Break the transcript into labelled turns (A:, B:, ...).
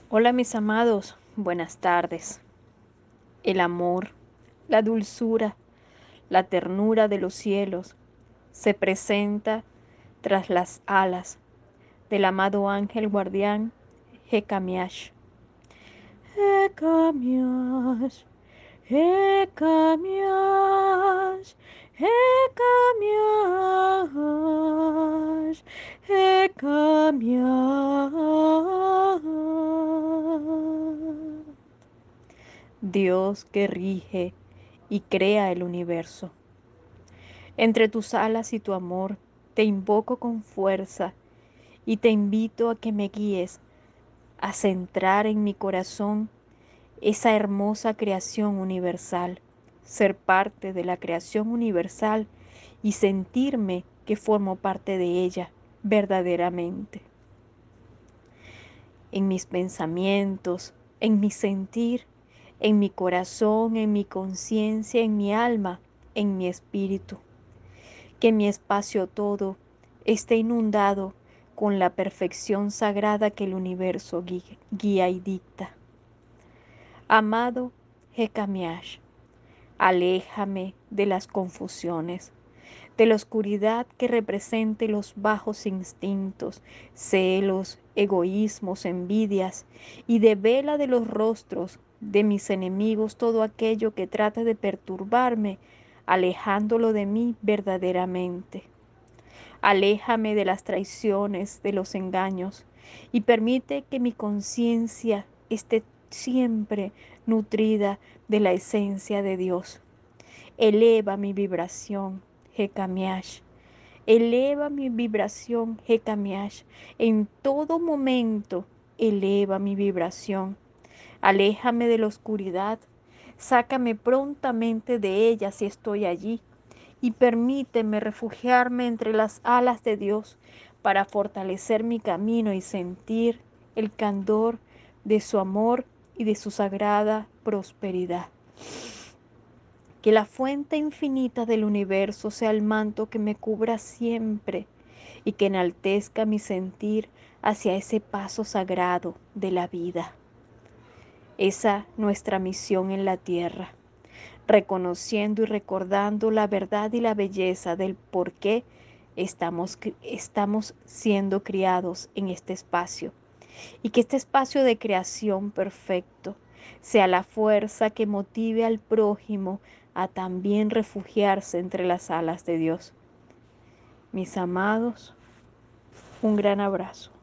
A: Hola mis amados, buenas tardes. El amor, la dulzura, la ternura de los cielos se presenta tras las alas del amado ángel guardián Jecamiash. Jecamiash, Jecamiash, Jecamiash, Jecamiash. Dios que rige y crea el universo. Entre tus alas y tu amor te invoco con fuerza y te invito a que me guíes a centrar en mi corazón esa hermosa creación universal, ser parte de la creación universal y sentirme que formo parte de ella verdaderamente. En mis pensamientos, en mi sentir, en mi corazón, en mi conciencia, en mi alma, en mi espíritu. Que mi espacio todo esté inundado con la perfección sagrada que el universo guía y dicta. Amado Jecamiash, aléjame de las confusiones, de la oscuridad que represente los bajos instintos, celos, egoísmos, envidias, y devela de los rostros de mis enemigos todo aquello que trate de perturbarme, alejándolo de mí verdaderamente. Aléjame de las traiciones, de los engaños, y permite que mi conciencia esté siempre nutrida de la esencia de Dios. Eleva mi vibración, Jecamiash. Eleva mi vibración, Jecamiash. En todo momento, eleva mi vibración. Aléjame de la oscuridad. Sácame prontamente de ella si estoy allí. Y permíteme refugiarme entre las alas de Dios para fortalecer mi camino y sentir el candor de su amor y de su sagrada prosperidad. Que la fuente infinita del universo sea el manto que me cubra siempre y que enaltezca mi sentir hacia ese paso sagrado de la vida. Esa nuestra misión en la tierra, reconociendo y recordando la verdad y la belleza del por qué estamos siendo criados en este espacio. Y que este espacio de creación perfecto sea la fuerza que motive al prójimo a también refugiarse entre las alas de Dios. Mis amados, un gran abrazo.